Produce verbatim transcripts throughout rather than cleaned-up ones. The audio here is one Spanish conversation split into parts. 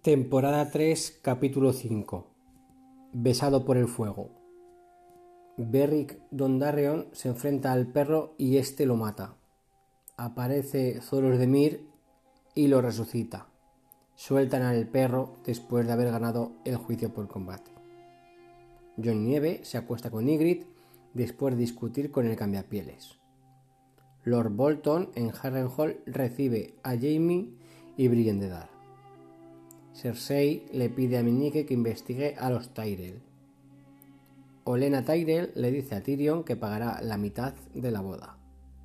Temporada tres, capítulo cinco. Besado por el fuego. Beric Dondarrion se enfrenta al perro y este lo mata. Aparece Thoros de Myr y lo resucita. Sueltan al perro después de haber ganado el juicio por combate. Jon Nieve se acuesta con Ygritte después de discutir con el cambiapieles. Lord Bolton en Harrenhal recibe a Jaime y Brienne de Dart. Cersei le pide a Meñique que investigue a los Tyrell. Olenna Tyrell le dice a Tyrion que pagará la mitad de la boda.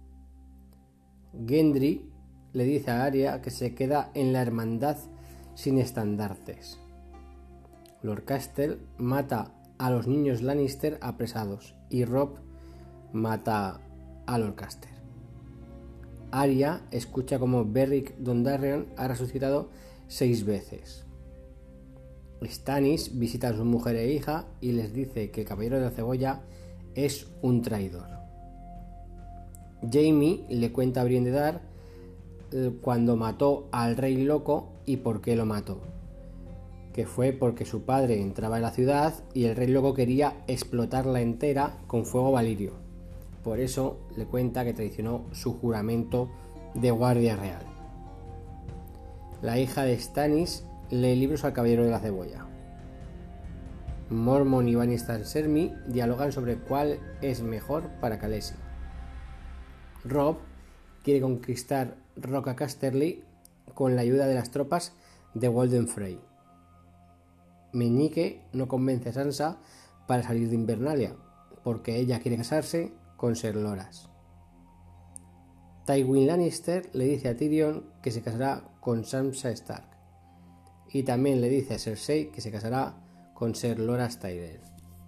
Gendry le dice a Arya que se queda en la hermandad sin estandartes. Lord Casterly mata a los niños Lannister apresados y Robb mata a Lord Casterly. Arya escucha como Beric Dondarrion ha resucitado seis veces. Stannis visita a su mujer e hija y les dice que el caballero de la cebolla es un traidor. Jaime le cuenta a Brienne de Dart cuando mató al rey loco y por qué lo mató, que fue porque su padre entraba en la ciudad y el rey loco quería explotarla entera con fuego valirio. Por eso le cuenta que traicionó su juramento de guardia real. La hija de Stannis lee libros al caballero de la cebolla. Mormont y Bannistan Sermy dialogan sobre cuál es mejor para Khaleesi. Robb quiere conquistar Roca Casterly con la ayuda de las tropas de Walder Frey. Meñique no convence a Sansa para salir de Invernalia, porque ella quiere casarse con Ser Loras. Tywin Lannister le dice a Tyrion que se casará con Sansa Stark. Y también le dice a Cersei que se casará con Ser Loras Tyrell.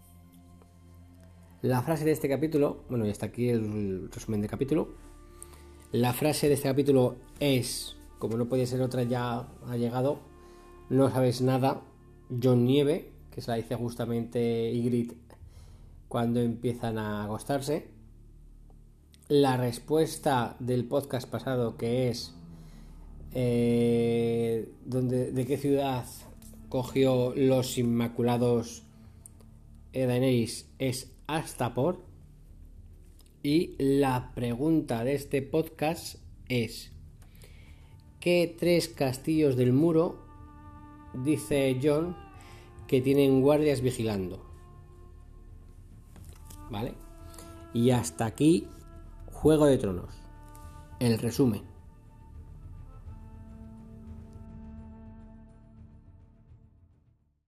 La frase de este capítulo, bueno, y hasta aquí el resumen del capítulo. La frase de este capítulo es, como no puede ser otra, ya ha llegado: no sabes nada, Jon Nieve, que se la dice justamente Ygritte cuando empiezan a acostarse. La respuesta del podcast pasado, que es Eh, donde, ¿de qué ciudad cogió los Inmaculados Daenerys? Es Astapor. Y la pregunta de este podcast es: ¿qué tres castillos del muro dice Jon que tienen guardias vigilando? ¿Vale? Y hasta aquí Juego de Tronos, el resumen.